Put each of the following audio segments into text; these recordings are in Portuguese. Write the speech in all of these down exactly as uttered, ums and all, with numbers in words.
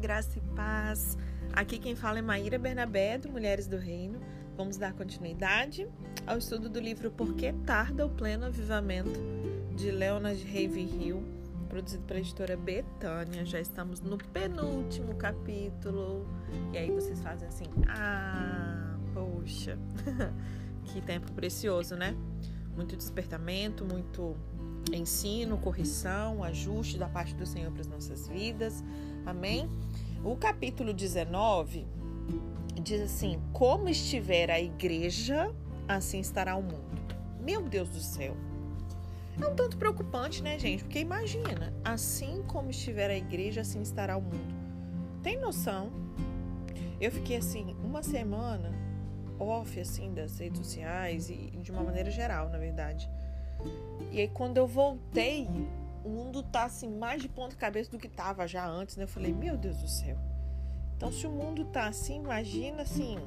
graça e paz. Aqui quem fala é Maíra Bernabé, do Mulheres do Reino. Vamos dar continuidade ao estudo do livro Por que Tarda o Pleno Avivamento, de Leonard Ravenhill, produzido pela editora Betânia. Já estamos no penúltimo capítulo. E aí vocês fazem assim, ah, poxa, que tempo precioso, né? Muito despertamento, muito ensino, correção, ajuste da parte do Senhor para as nossas vidas. Amém? O capítulo dezenove diz assim: como estiver a igreja, assim estará o mundo. Meu Deus do céu. É um tanto preocupante, né, gente? Porque imagina, assim como estiver a igreja, assim estará o mundo. Tem noção? Eu fiquei assim, uma semana off, assim, das redes sociais e de uma maneira geral, na verdade. E aí, quando eu voltei, o mundo tá, assim, mais de ponta cabeça do que tava já antes, né? Eu falei, meu Deus do céu. Então, se o mundo tá assim, imagina, assim,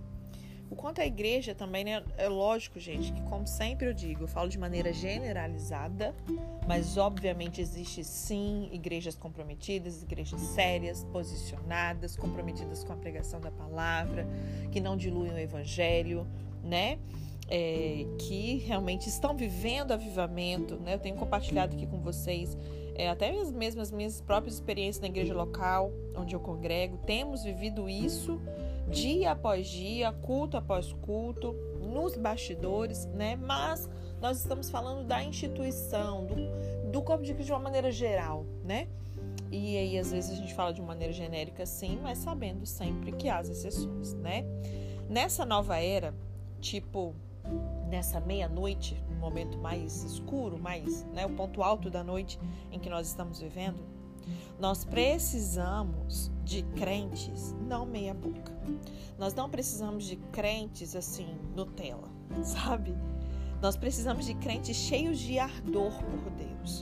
o quanto a igreja também, né? É lógico, gente, que como sempre eu digo, eu falo de maneira generalizada, mas obviamente existe sim igrejas comprometidas, igrejas sérias, posicionadas, comprometidas com a pregação da palavra, que não diluem o evangelho, né? É, que realmente estão vivendo avivamento, né? Eu tenho compartilhado aqui com vocês é, até mesmo as minhas próprias experiências na igreja local, onde eu congrego. Temos vivido isso dia após dia, culto após culto, nos bastidores, né? Mas nós estamos falando da instituição, do, do corpo de Cristo de uma maneira geral, né? E aí, às vezes, a gente fala de uma maneira genérica, sim, mas sabendo sempre que há as exceções, né? Nessa nova era, tipo, nessa meia-noite, no momento mais escuro, mais, né, o ponto alto da noite em que nós estamos vivendo, nós precisamos de crentes não meia boca. Nós não precisamos de crentes assim, Nutella, sabe? Nós precisamos de crentes cheios de ardor por Deus,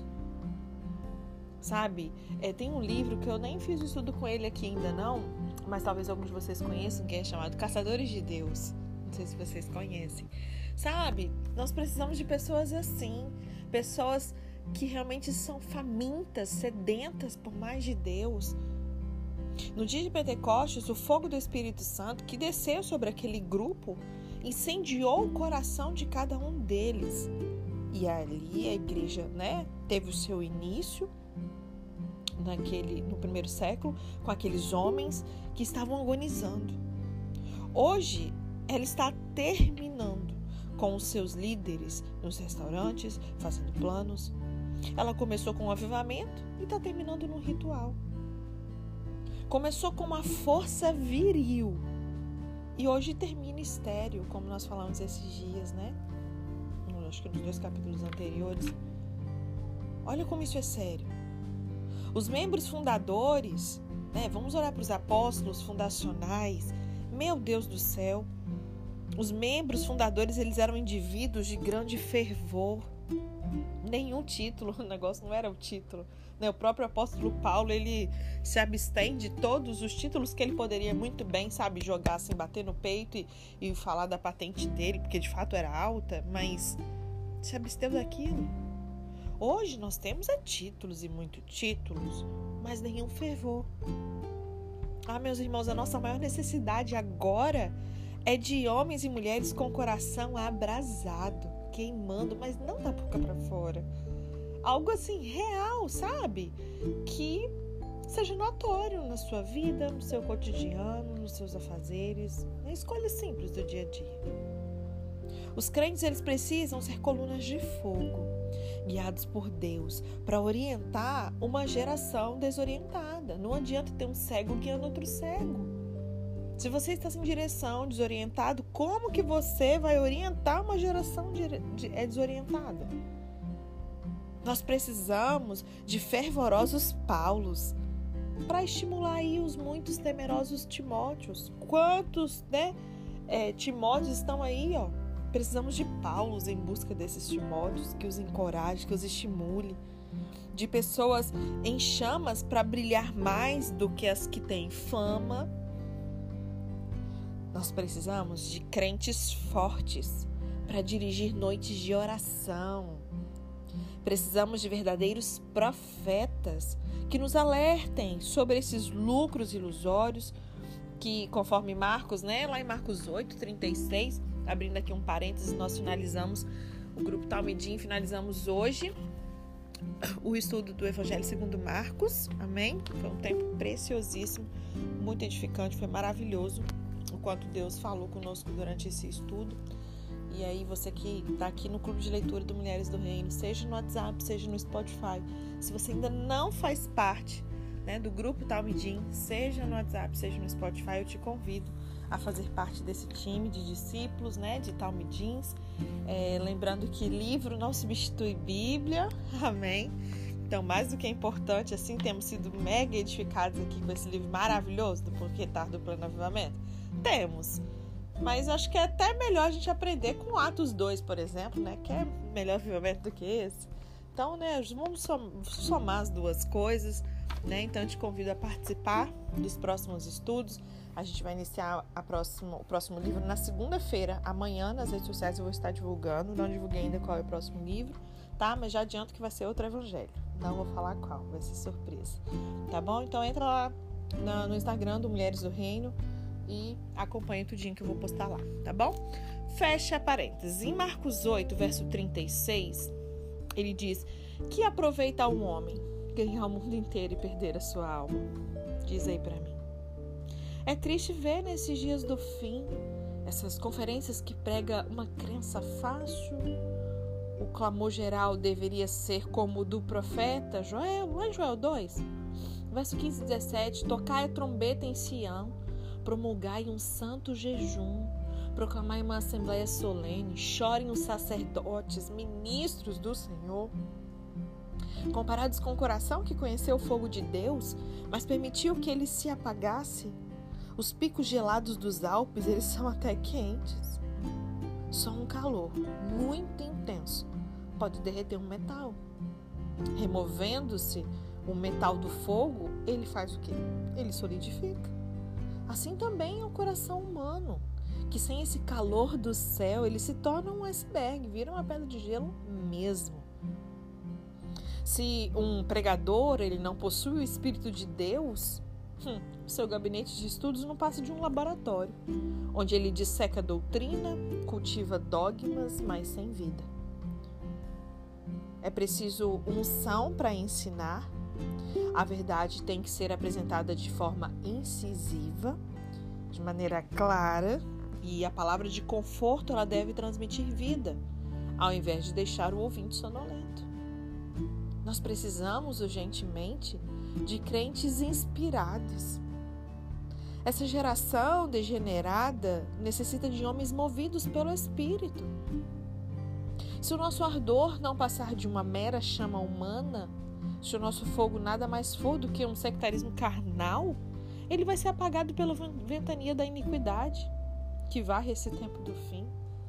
sabe? É, tem um livro que eu nem fiz o estudo com ele aqui ainda não, mas talvez alguns de vocês conheçam, que é chamado Caçadores de Deus. Não sei se vocês conhecem. Sabe? Nós precisamos de pessoas assim, pessoas que realmente são famintas, sedentas por mais de Deus. No dia de Pentecostes, o fogo do Espírito Santo que desceu sobre aquele grupo incendiou o coração de cada um deles. E ali a igreja, né, teve o seu início naquele, no primeiro século, com aqueles homens que estavam agonizando. Hoje, ela está terminando com os seus líderes nos restaurantes, fazendo planos. Ela começou com um avivamento e está terminando num ritual. Começou com uma força viril e hoje termina estéril, como nós falamos esses dias, né? Acho que nos dois capítulos anteriores. Olha como isso é sério. Os membros fundadores, né? Vamos olhar para os apóstolos fundacionais. Meu Deus do céu. Os membros fundadores, eles eram indivíduos de grande fervor. Nenhum título, o negócio não era o título, né? O próprio apóstolo Paulo, ele se abstém de todos os títulos que ele poderia muito bem, sabe, jogar assim, bater no peito e, e falar da patente dele, porque de fato era alta, mas se absteve daquilo. Hoje nós temos é títulos e muito títulos, mas nenhum fervor. Ah, meus irmãos, a nossa maior necessidade agora é de homens e mulheres com o coração abrasado, queimando, mas não da boca para fora. Algo assim, real, sabe? Que seja notório na sua vida, no seu cotidiano, nos seus afazeres, na escolha simples do dia a dia. Os crentes, eles precisam ser colunas de fogo, guiados por Deus, para orientar uma geração desorientada. Não adianta ter um cego guiando outro cego. Se você está sem direção, desorientado, como que você vai orientar uma geração de, de, é desorientada? Nós precisamos de fervorosos Paulos para estimular aí os muitos temerosos Timóteos. Quantos, né, é, Timóteos estão aí, ó? Precisamos de Paulos em busca desses Timóteos, que os encoraje, que os estimule. De pessoas em chamas para brilhar mais do que as que têm fama. Nós precisamos de crentes fortes para dirigir noites de oração. Precisamos de verdadeiros profetas que nos alertem sobre esses lucros ilusórios que, conforme Marcos, né, lá em Marcos oito, trinta e seis, abrindo aqui um parênteses, nós finalizamos o grupo Talmidim, finalizamos hoje o estudo do Evangelho segundo Marcos, amém? Foi um tempo preciosíssimo, muito edificante, foi maravilhoso o quanto Deus falou conosco durante esse estudo. E aí você que está aqui no Clube de Leitura do Mulheres do Reino, seja no WhatsApp, seja no Spotify, se você ainda não faz parte, né, do grupo Talmidim, seja no WhatsApp, seja no Spotify, eu te convido a fazer parte desse time de discípulos, né, de Talmidins. É, lembrando que livro não substitui Bíblia, amém? Então, mais do que é importante, assim, temos sido mega edificados aqui com esse livro maravilhoso do Porquê Tardo o Pleno Avivamento. Temos. Mas acho que é até melhor a gente aprender com Atos dois, por exemplo, né? Que é melhor avivamento do que esse. Então, né, vamos somar as duas coisas, né? Então, eu te convido a participar dos próximos estudos. A gente vai iniciar a próxima, o próximo livro na segunda-feira. Amanhã, nas redes sociais, eu vou estar divulgando. Não divulguei ainda qual é o próximo livro, tá? Mas já adianto que vai ser outro evangelho. Não vou falar qual, vai ser surpresa. Tá bom? Então, entra lá no Instagram do Mulheres do Reino e acompanha tudinho que eu vou postar lá, tá bom? Fecha parênteses. Em Marcos oito, verso trinta e seis, ele diz: que aproveita um homem ganhar o mundo inteiro e perder a sua alma? Diz aí pra mim. É triste ver nesses dias do fim essas conferências que prega uma crença fácil. O clamor geral deveria ser como o do profeta Joel, lá em Joel dois, verso quinze e dezessete: tocai a trombeta em Sião, promulgai um santo jejum, proclamai uma assembleia solene, chorem os sacerdotes, ministros do Senhor. Comparados com o coração que conheceu o fogo de Deus, mas permitiu que ele se apagasse, os picos gelados dos Alpes, eles são até quentes. Só um calor muito intenso pode derreter um metal. Removendo-se o metal do fogo, ele faz o quê? Ele solidifica. Assim também é o coração humano, que sem esse calor do céu, ele se torna um iceberg, vira uma pedra de gelo mesmo. Se um pregador ele não possui o Espírito de Deus, hum, seu gabinete de estudos não passa de um laboratório, onde ele disseca a doutrina, cultiva dogmas, mas sem vida. É preciso unção para ensinar. A verdade tem que ser apresentada de forma incisiva, de maneira clara, e a palavra de conforto ela deve transmitir vida, ao invés de deixar o ouvinte sonolento. Nós precisamos urgentemente de crentes inspirados. Essa geração degenerada necessita de homens movidos pelo Espírito. Se o nosso ardor não passar de uma mera chama humana, se o nosso fogo nada mais for do que um sectarismo carnal, ele vai ser apagado pela ventania da iniquidade, que varre esse tempo do fim.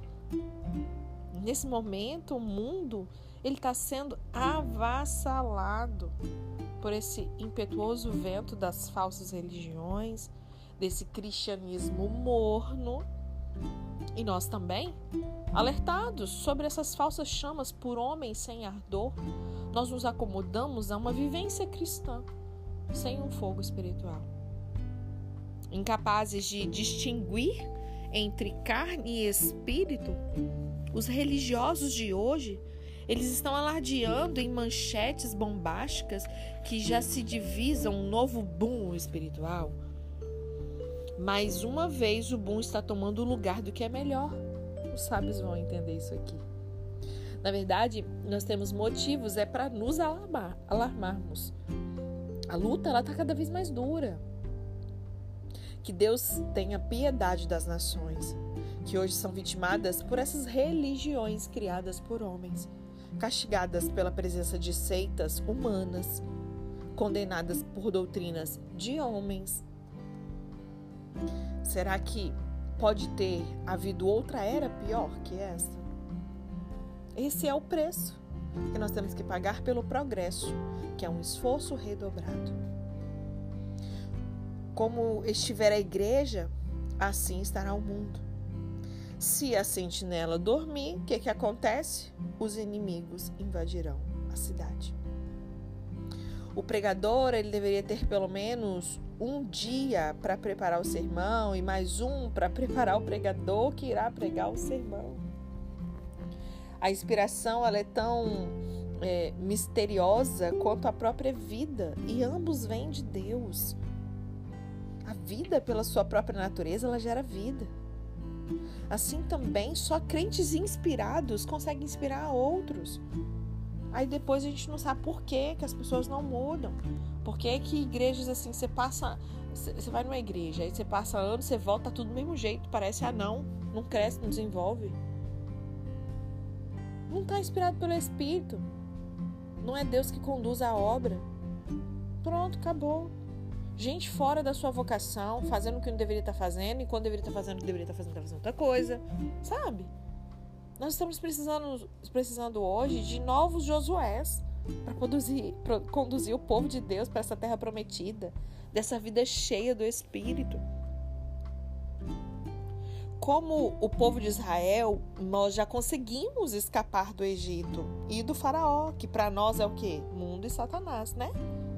Nesse momento, o mundo ele está sendo avassalado por esse impetuoso vento das falsas religiões, desse cristianismo morno. E nós também, alertados sobre essas falsas chamas por homens sem ardor, nós nos acomodamos a uma vivência cristã sem um fogo espiritual. Incapazes de distinguir entre carne e espírito, os religiosos de hoje, eles estão alardeando em manchetes bombásticas que já se divisam um novo boom espiritual. Mais uma vez o boom está tomando o lugar do que é melhor. Os sábios vão entender isso aqui. Na verdade, nós temos motivos é para nos alarmar, alarmarmos. A luta ela está cada vez mais dura. Que Deus tenha piedade das nações, que hoje são vitimadas por essas religiões criadas por homens, castigadas pela presença de seitas humanas, condenadas por doutrinas de homens. Será que pode ter havido outra era pior que essa? Esse é o preço que nós temos que pagar pelo progresso, que é um esforço redobrado. Como estiver a igreja, assim estará o mundo. Se a sentinela dormir, o que, que acontece? Os inimigos invadirão. a cidade. O pregador, ele deveria ter pelo menos um dia para preparar o sermão e mais um para preparar o pregador que irá pregar o sermão. A inspiração, ela é tão é, misteriosa quanto a própria vida, e ambos vêm de Deus. A vida, pela sua própria natureza, ela gera vida. Assim também, só crentes inspirados conseguem inspirar a outros. Aí depois a gente não sabe por que que as pessoas não mudam. Por que que igrejas assim, você passa, você vai numa igreja, aí você passa anos, você volta, tá tudo do mesmo jeito, parece anão, não cresce, não desenvolve. Não está inspirado pelo Espírito. Não é Deus que conduz a obra. Pronto, acabou. Gente fora da sua vocação, fazendo o que não deveria estar fazendo, e quando deveria estar fazendo o que deveria estar fazendo, está fazendo outra coisa. Sabe? Nós estamos precisando, precisando hoje de novos Josués para conduzir, pra conduzir o povo de Deus para essa terra prometida, dessa vida cheia do Espírito. Como o povo de Israel, nós já conseguimos escapar do Egito e do faraó, que para nós é o quê? Mundo e Satanás, né?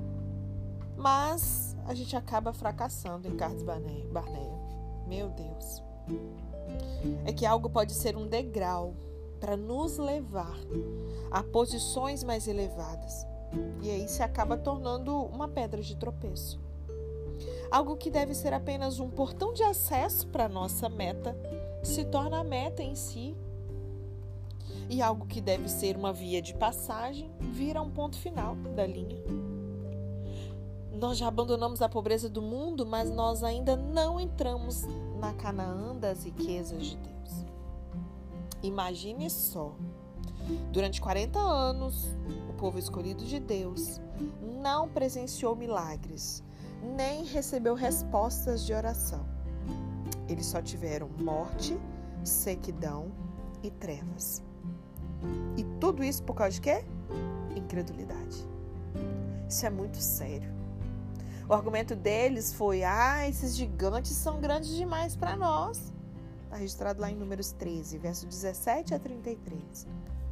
Mas a gente acaba fracassando em Cades Barnea. Meu Deus. É que algo pode ser um degrau para nos levar a posições mais elevadas. E aí se acaba tornando uma pedra de tropeço. Algo que deve ser apenas um portão de acesso para a nossa meta se torna a meta em si. E algo que deve ser uma via de passagem vira um ponto final da linha. Nós já abandonamos a pobreza do mundo, mas nós ainda não entramos na Canaã das riquezas de Deus. Imagine só, durante quarenta anos, o povo escolhido de Deus não presenciou milagres, nem recebeu respostas de oração. Eles só tiveram morte, sequidão e trevas. E tudo isso por causa de quê? Incredulidade. Isso é muito sério. O argumento deles foi: ah, esses gigantes são grandes demais para nós. Está registrado lá em Números treze, verso dezessete a trinta e três.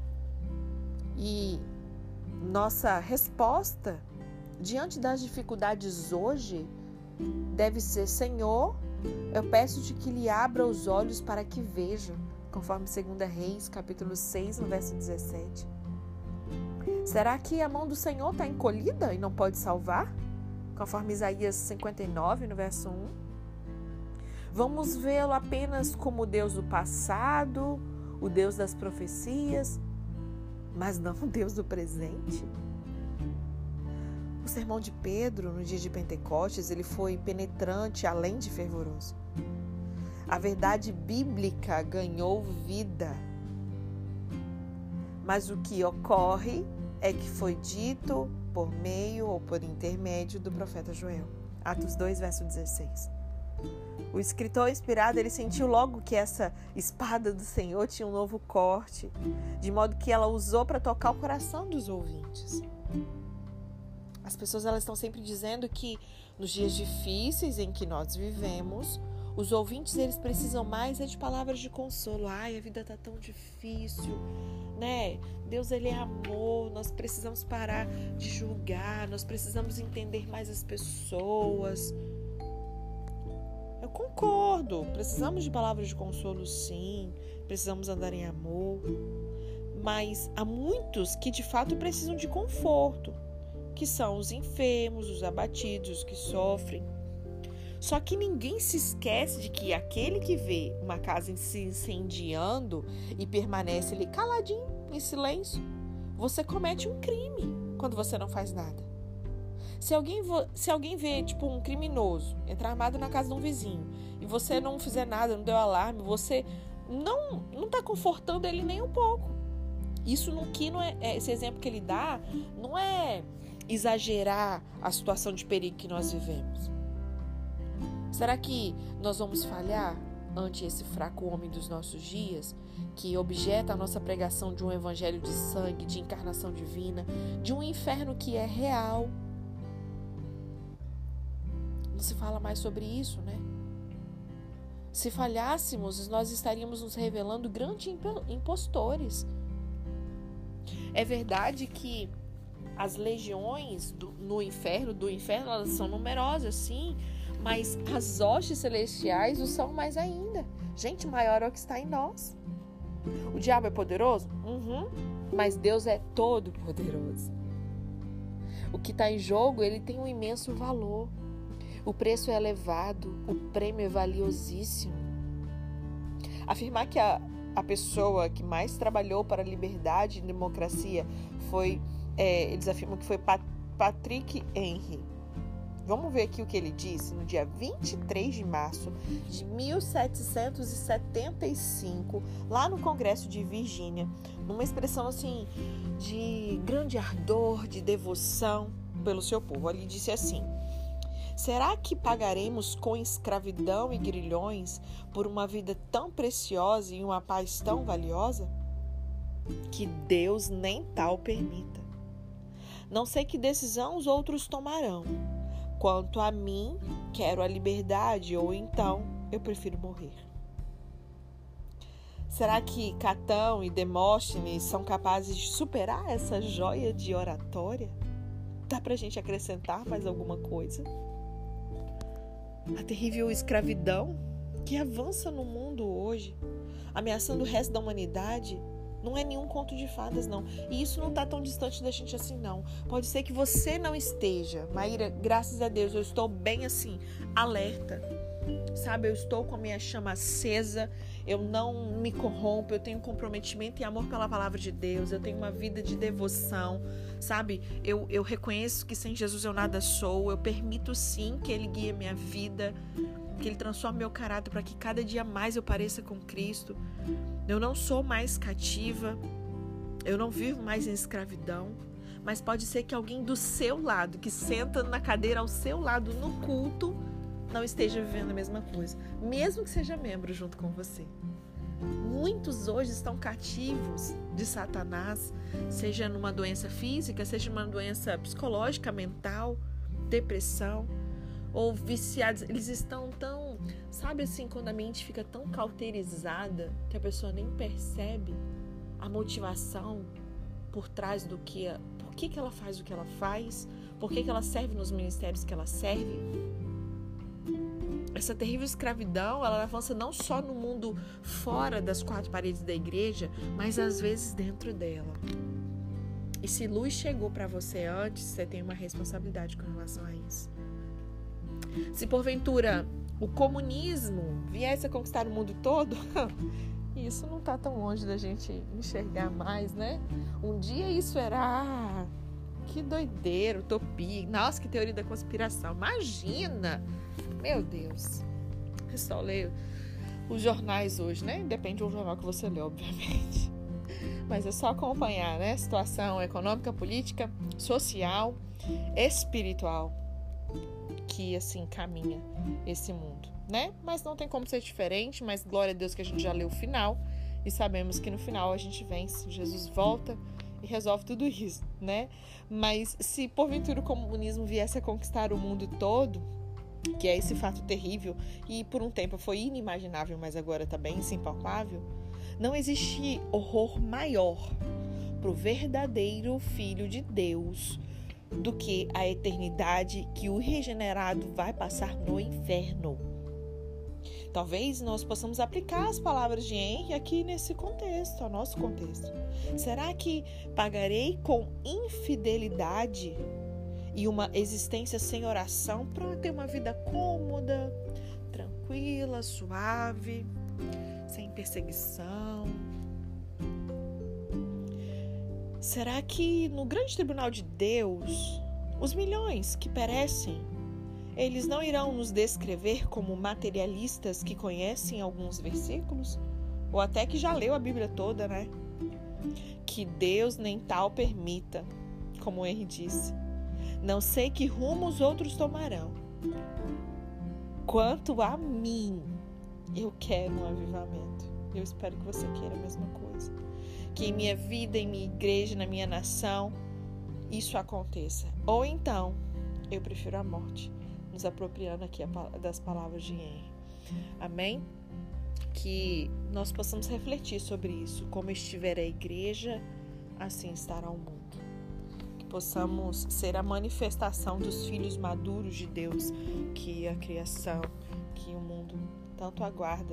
E nossa resposta diante das dificuldades hoje deve ser: Senhor, eu peço-te que lhe abra os olhos para que veja, conforme segunda Reis, capítulo seis, no verso dezessete. Será que a mão do Senhor está encolhida e não pode salvar? Conforme Isaías cinquenta e nove, no verso um. Vamos vê-lo apenas como o Deus do passado, o Deus das profecias, mas não o Deus do presente? O sermão de Pedro, no dia de Pentecostes, ele foi penetrante, além de fervoroso. A verdade bíblica ganhou vida. Mas o que ocorre é que foi dito por meio ou por intermédio do profeta Joel. Atos dois, verso dezesseis. O escritor inspirado, ele sentiu logo que essa espada do Senhor tinha um novo corte, de modo que ela usou para tocar o coração dos ouvintes. As pessoas, elas estão sempre dizendo que nos dias difíceis em que nós vivemos, os ouvintes, eles precisam mais é de palavras de consolo. Ai, a vida está tão difícil, né? Deus, ele é amor, nós precisamos parar de julgar, nós precisamos entender mais as pessoas. Eu concordo, precisamos de palavras de consolo, sim, precisamos andar em amor, mas há muitos que de fato precisam de conforto, que são os enfermos, os abatidos, os que sofrem. Só que ninguém se esquece de que aquele que vê uma casa se incendiando e permanece ali caladinho, em silêncio, você comete um crime quando você não faz nada. Se alguém, se alguém vê, tipo, um criminoso entrar armado na casa de um vizinho e você não fizer nada, não deu alarme, você não não está confortando ele nem um pouco. Isso no que não é, esse exemplo que ele dá não é exagerar a situação de perigo que nós vivemos. Será que nós vamos falhar ante esse fraco homem dos nossos dias, que objeta a nossa pregação de um evangelho de sangue, de encarnação divina, de um inferno que é real? Não se fala mais sobre isso, né? Se falhássemos, nós estaríamos nos revelando grandes impostores. É verdade que as legiões do, no inferno, do inferno, elas são numerosas, sim, mas as hostes celestiais o são mais ainda. Gente, maior é o que está em nós. O diabo é poderoso? Uhum. Mas Deus é todo poderoso. O que está em jogo, ele tem um imenso valor. O preço é elevado, o prêmio é valiosíssimo. Afirmar que a, a pessoa que mais trabalhou para a liberdade e democracia foi, é, eles afirmam que foi Pat, Patrick Henry. Vamos ver aqui o que ele disse no dia vinte e três de março de mil setecentos e setenta e cinco, lá no Congresso de Virgínia, numa expressão assim de grande ardor, de devoção pelo seu povo. Ele disse assim: será que pagaremos com escravidão e grilhões por uma vida tão preciosa e uma paz tão valiosa? Que Deus nem tal permita. Não sei que decisão os outros tomarão. Quanto a mim, quero a liberdade, ou então eu prefiro morrer. Será que Catão e Demóstenes são capazes de superar essa joia de oratória? Dá pra gente acrescentar mais alguma coisa? A terrível escravidão que avança no mundo hoje, ameaçando o resto da humanidade, não é nenhum conto de fadas, não. E isso não está tão distante da gente assim, não. Pode ser que você não esteja. Maíra, graças a Deus, eu estou bem assim, alerta. Sabe, eu estou com a minha chama acesa. Eu não me corrompo. Eu tenho comprometimento e amor pela palavra de Deus. Eu tenho uma vida de devoção. Sabe, eu, eu reconheço que sem Jesus eu nada sou. Eu permito sim que Ele guie a minha vida, que Ele transforme meu caráter para que cada dia mais eu pareça com Cristo. Eu não sou mais cativa, eu não vivo mais em escravidão, mas pode ser que alguém do seu lado, que senta na cadeira ao seu lado no culto, não esteja vivendo a mesma coisa, mesmo que seja membro junto com você. Muitos hoje estão cativos de Satanás, seja numa doença física, seja numa doença psicológica, mental, depressão, ou viciados. Eles estão tão, sabe assim, quando a mente fica tão cauterizada que a pessoa nem percebe a motivação por trás do que, por que que ela faz o que ela faz, por que que ela serve nos ministérios que ela serve. Essa terrível escravidão, ela avança não só no mundo fora das quatro paredes da igreja, mas às vezes dentro dela. E se luz chegou para você antes, você tem uma responsabilidade com relação a isso. Se porventura o comunismo viesse a conquistar o mundo todo, isso não está tão longe da gente enxergar mais, né? Um dia isso era... Ah, que doideira, utopia. Nossa, que teoria da conspiração. Imagina! Meu Deus. Eu só leio os jornais hoje, né? Depende do jornal que você lê, obviamente. Mas é só acompanhar, né? Situação econômica, política, social, espiritual, que assim caminha esse mundo, né? Mas não tem como ser diferente, mas glória a Deus que a gente já leu o final e sabemos que no final a gente vence, Jesus volta e resolve tudo isso, né? Mas se porventura o comunismo viesse a conquistar o mundo todo, que é esse fato terrível e por um tempo foi inimaginável, mas agora tá bem impalpável, não existe horror maior pro verdadeiro Filho de Deus do que a eternidade que o regenerado vai passar no inferno. Talvez nós possamos aplicar as palavras de Henry aqui nesse contexto, ao nosso contexto. Será que pagarei com infidelidade e uma existência sem oração para ter uma vida cômoda, tranquila, suave, sem perseguição? Será que no grande tribunal de Deus, os milhões que perecem, eles não irão nos descrever como materialistas que conhecem alguns versículos? Ou até que já leu a Bíblia toda, né? Que Deus nem tal permita, como Henry disse. Não sei que rumo os outros tomarão. Quanto a mim, eu quero um avivamento. Eu espero que você queira a mesma coisa. Que em minha vida, em minha igreja, na minha nação, isso aconteça. Ou então, eu prefiro a morte. Nos apropriando aqui das palavras de Henry. Amém? Que nós possamos refletir sobre isso. Como estiver a igreja, assim estará o mundo. Que possamos ser a manifestação dos filhos maduros de Deus, que a criação, que o mundo tanto aguarda.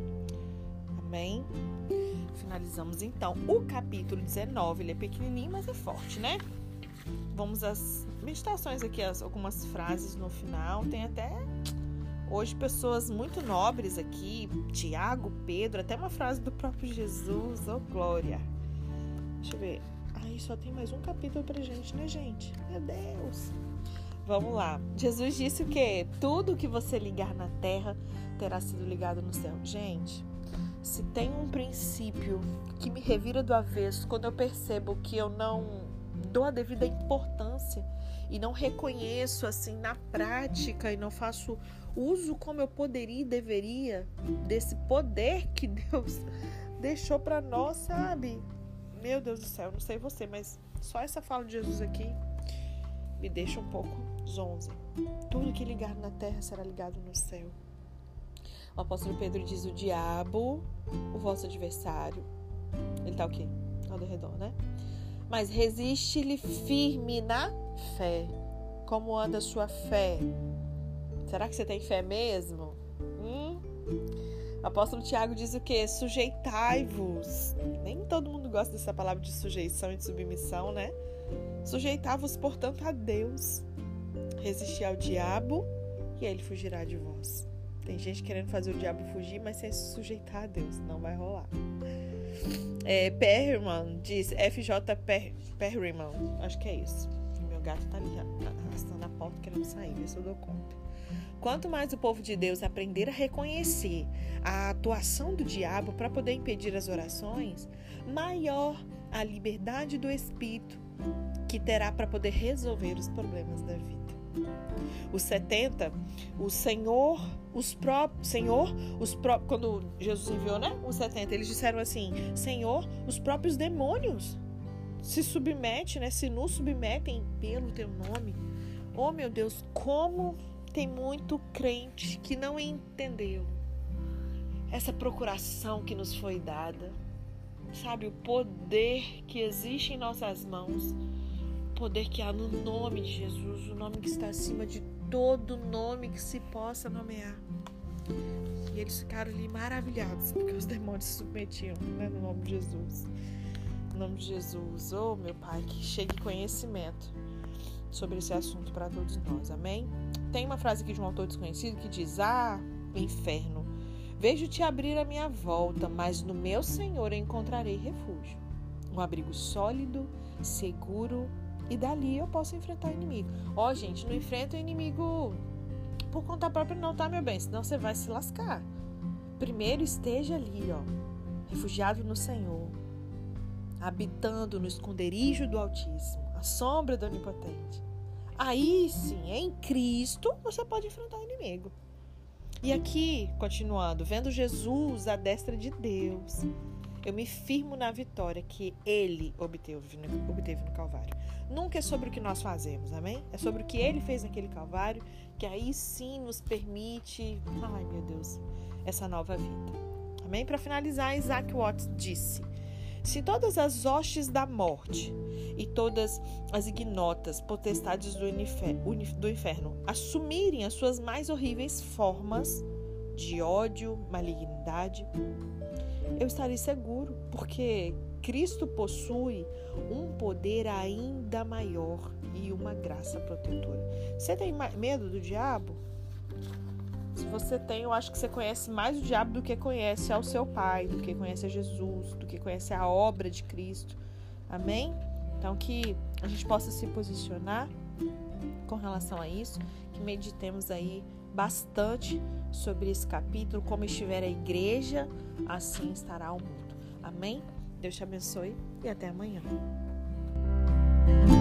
Amém? Finalizamos então o capítulo dezenove. Ele é pequenininho, mas é forte, né? Vamos às meditações aqui, as, algumas frases no final. Tem até hoje pessoas muito nobres aqui, Tiago, Pedro, até uma frase do próprio Jesus. Oh, glória! Deixa eu ver. Ai, só tem mais um capítulo pra gente, né, gente? Meu Deus! Vamos lá. Jesus disse o quê? Tudo que você ligar na terra terá sido ligado no céu. Gente, se tem um princípio que me revira do avesso quando eu percebo que eu não dou a devida importância e não reconheço assim na prática e não faço uso como eu poderia e deveria desse poder que Deus deixou para nós, sabe? Meu Deus do céu, não sei você, mas só essa fala de Jesus aqui me deixa um pouco zonza. Tudo que ligar na terra será ligado no céu. O apóstolo Pedro diz: o diabo, o vosso adversário, ele tá o quê? Ao redor, né? Mas resiste-lhe firme na fé. Como anda a sua fé? Será que você tem fé mesmo? Hum? O apóstolo Tiago diz o quê? Sujeitai-vos. Nem todo mundo gosta dessa palavra de sujeição e de submissão, né? Sujeitai-vos, portanto, a Deus. Resistir ao diabo e ele fugirá de vós. Tem gente querendo fazer o diabo fugir, mas sem se sujeitar a Deus. Não vai rolar. É, Perriman diz, F J Perriman, acho que é isso. Meu gato tá ali arrastando a porta querendo sair, vê se eu dou conta. Quanto mais o povo de Deus aprender a reconhecer a atuação do diabo para poder impedir as orações, maior a liberdade do Espírito que terá para poder resolver os problemas da vida. Os setenta, o Senhor, os próprios, Senhor, os próprios, quando Jesus enviou, né? Os setenta, eles disseram assim: Senhor, os próprios demônios se submetem, né? Se nos submetem pelo teu nome. Oh, meu Deus, como tem muito crente que não entendeu essa procuração que nos foi dada, sabe? O poder que existe em nossas mãos. Poder que há no nome de Jesus, o nome que está acima de todo nome que se possa nomear. E eles ficaram ali maravilhados, porque os demônios se submetiam, né, no nome de Jesus. No nome de Jesus, oh meu Pai, que chegue conhecimento sobre esse assunto para todos nós, amém? Tem uma frase aqui de um autor desconhecido que diz: ah, inferno, vejo-te abrir a minha volta, mas no meu Senhor encontrarei refúgio. Um abrigo sólido, seguro, e dali eu posso enfrentar o inimigo. Ó, oh, gente, não enfrenta o inimigo por conta própria não, tá, meu bem? Senão você vai se lascar. Primeiro esteja ali, ó, refugiado no Senhor, habitando no esconderijo do Altíssimo, a sombra do Onipotente. Aí sim, em Cristo, você pode enfrentar o inimigo. E aqui, continuando, vendo Jesus à destra de Deus, eu me firmo na vitória que Ele obteve, obteve no Calvário. Nunca é sobre o que nós fazemos, amém? É sobre o que Ele fez naquele Calvário, que aí sim nos permite, ai meu Deus, essa nova vida. Amém? Para finalizar, Isaac Watts disse: se todas as hostes da morte e todas as ignotas potestades do inferno assumirem as suas mais horríveis formas de ódio, malignidade, eu estarei seguro, porque Cristo possui um poder ainda maior e uma graça protetora. Você tem medo do diabo? Se você tem, eu acho que você conhece mais o diabo do que conhece ao seu Pai, do que conhece a Jesus, do que conhece a obra de Cristo. Amém? Então, que a gente possa se posicionar com relação a isso, que meditemos aí bastante sobre esse capítulo. Como estiver a igreja, assim estará o mundo. Amém? Deus te abençoe e até amanhã.